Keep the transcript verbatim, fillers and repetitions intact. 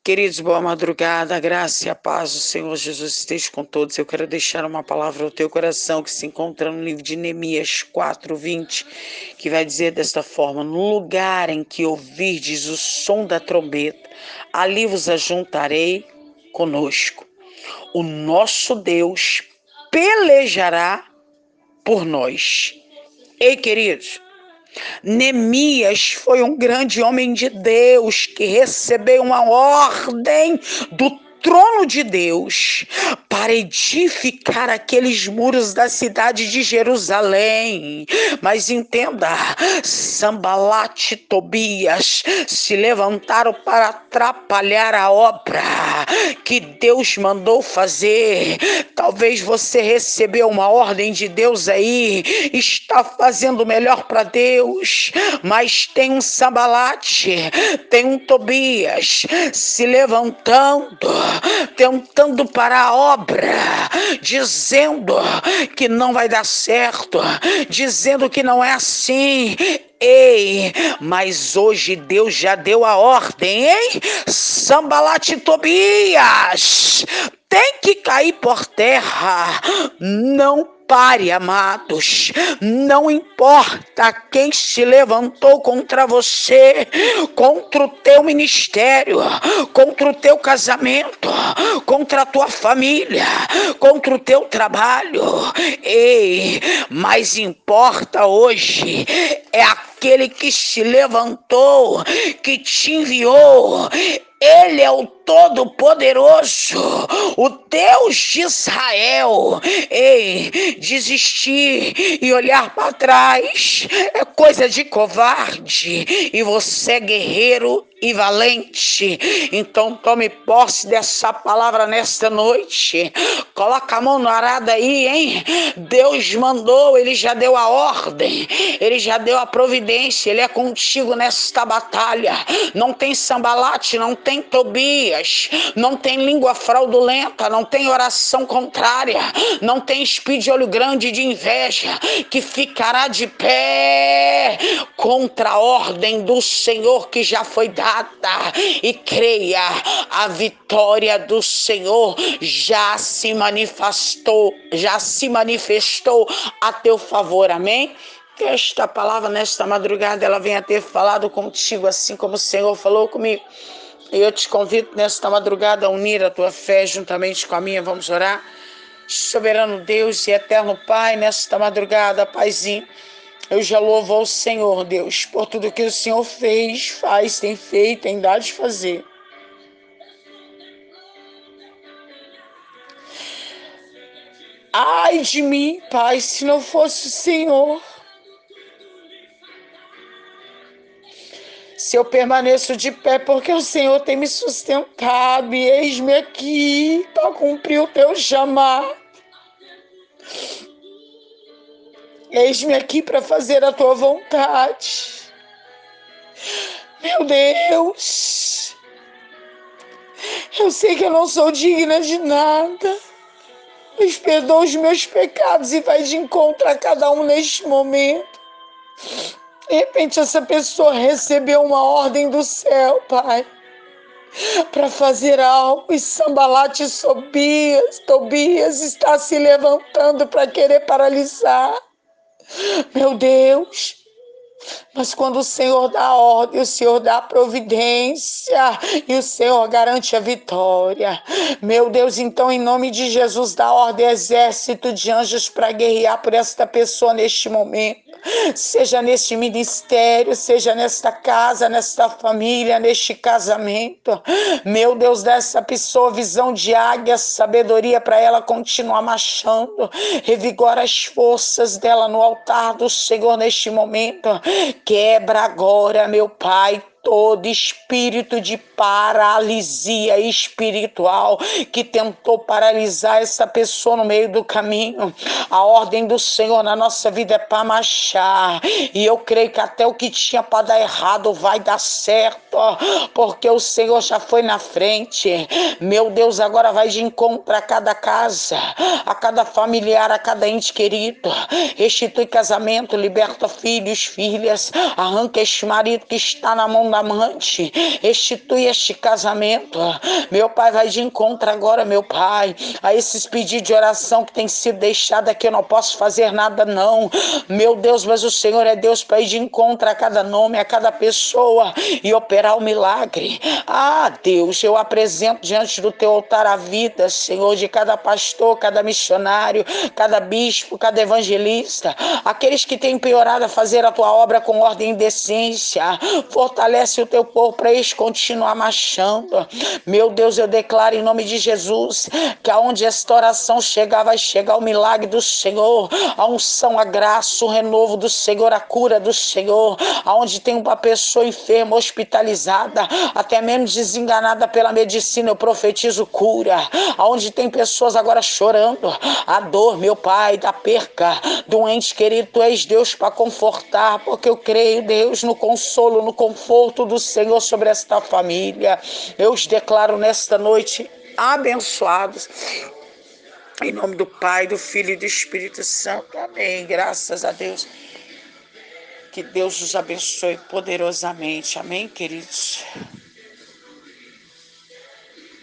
Queridos, boa madrugada, a graça e a paz do Senhor Jesus esteja com todos. Eu quero deixar uma palavra ao teu coração que se encontra no livro de Neemias quatro, vinte, que vai dizer desta forma: no lugar em que ouvirdes o som da trombeta, ali vos ajuntarei conosco. O nosso Deus pelejará por nós. Ei, queridos, Neemias foi um grande homem de Deus que recebeu uma ordem do trono de Deus para edificar aqueles muros da cidade de Jerusalém. Mas entenda, Sanbalat e Tobias se levantaram para atrapalhar a obra que Deus mandou fazer. Talvez você recebeu uma ordem de Deus aí, está fazendo o melhor para Deus, mas tem um Sanbalat, tem um Tobias se levantando, tentando parar a obra, dizendo que não vai dar certo, dizendo que não é assim. Ei, mas hoje Deus já deu a ordem, hein? Sanbalat e Tobias tem que cair por terra. Não pare, amados. Não importa quem se levantou contra você, contra o teu ministério, contra o teu casamento, contra a tua família, contra o teu trabalho. Ei, mas importa hoje é aquele que se levantou, que te enviou. Ele é o Todo-Poderoso, o Deus de Israel. Ei, desistir e olhar para trás é coisa de covarde, e você é guerreiro e valente. Então tome posse dessa palavra nesta noite. Coloca a mão no arado aí, hein? Deus mandou, Ele já deu a ordem, Ele já deu a providência, Ele é contigo nesta batalha. Não tem Sanbalat, não tem Tobias, não tem língua fraudulenta, não tem oração contrária, não tem espírito de olho grande de inveja que ficará de pé contra a ordem do Senhor que já foi dada. E creia, a vitória do Senhor já se manifestou, já se manifestou a teu favor, amém? Que esta palavra nesta madrugada ela venha ter falado contigo assim como o Senhor falou comigo. E eu te convido nesta madrugada a unir a tua fé juntamente com a minha. Vamos orar. Soberano Deus e eterno Pai, nesta madrugada, Paizinho, eu já louvo ao Senhor, Deus, por tudo que o Senhor fez, faz, tem feito, tem dado de fazer. Ai de mim, Pai, se não fosse o Senhor. Se eu permaneço de pé, porque o Senhor tem me sustentado, e eis-me aqui para cumprir o teu chamado. Eis-me aqui para fazer a tua vontade. Meu Deus, eu sei que eu não sou digna de nada, mas perdoa os meus pecados e vai de encontro a cada um neste momento. De repente essa pessoa recebeu uma ordem do céu, Pai, para fazer algo, e Sanbalat e Tobias, Tobias está se levantando para querer paralisar. Meu Deus, mas quando o Senhor dá a ordem, o Senhor dá a providência e o Senhor garante a vitória. Meu Deus, então em nome de Jesus, dá ordem, exército de anjos para guerrear por esta pessoa neste momento. Seja neste ministério, seja nesta casa, nesta família, neste casamento. Meu Deus, dá essa pessoa visão de águia, sabedoria para ela continuar marchando. Revigora as forças dela no altar do Senhor neste momento. Quebra agora, meu Pai, todo espírito de paralisia espiritual que tentou paralisar essa pessoa no meio do caminho. A ordem do Senhor na nossa vida é para marchar, e eu creio que até o que tinha para dar errado vai dar certo, porque o Senhor já foi na frente. Meu Deus, agora vai de encontro a cada casa, a cada familiar, a cada ente querido. Restitui casamento, liberta filhos, filhas, arranca este marido que está na mão da amante. Restitui este casamento. Meu Pai, vai de encontro agora, meu Pai, a esses pedidos de oração que tem sido deixado aqui. Eu não posso fazer nada, não. Meu Deus, mas o Senhor é Deus para ir de encontro a cada nome, a cada pessoa e operar o milagre. Ah, Deus, eu apresento diante do teu altar a vida, Senhor, de cada pastor, cada missionário, cada bispo, cada evangelista, aqueles que têm piorado a fazer a tua obra com ordem e decência. Fortalece o teu povo para eles continuar marchando. Meu Deus, eu declaro em nome de Jesus que aonde esta oração chegar, vai chegar o milagre do Senhor, a unção, a graça, o renovo do Senhor, a cura do Senhor. Aonde tem uma pessoa enferma, hospitalizada, até mesmo desenganada pela medicina, eu profetizo cura. Aonde tem pessoas agora chorando a dor, meu Pai, da perca do um ente querido, tu és Deus para confortar, porque eu creio, Deus, no consolo, no conforto do Senhor sobre esta família. Eu os declaro nesta noite abençoados. Em nome do Pai, do Filho e do Espírito Santo. Amém. Graças a Deus. Que Deus os abençoe poderosamente. Amém, queridos?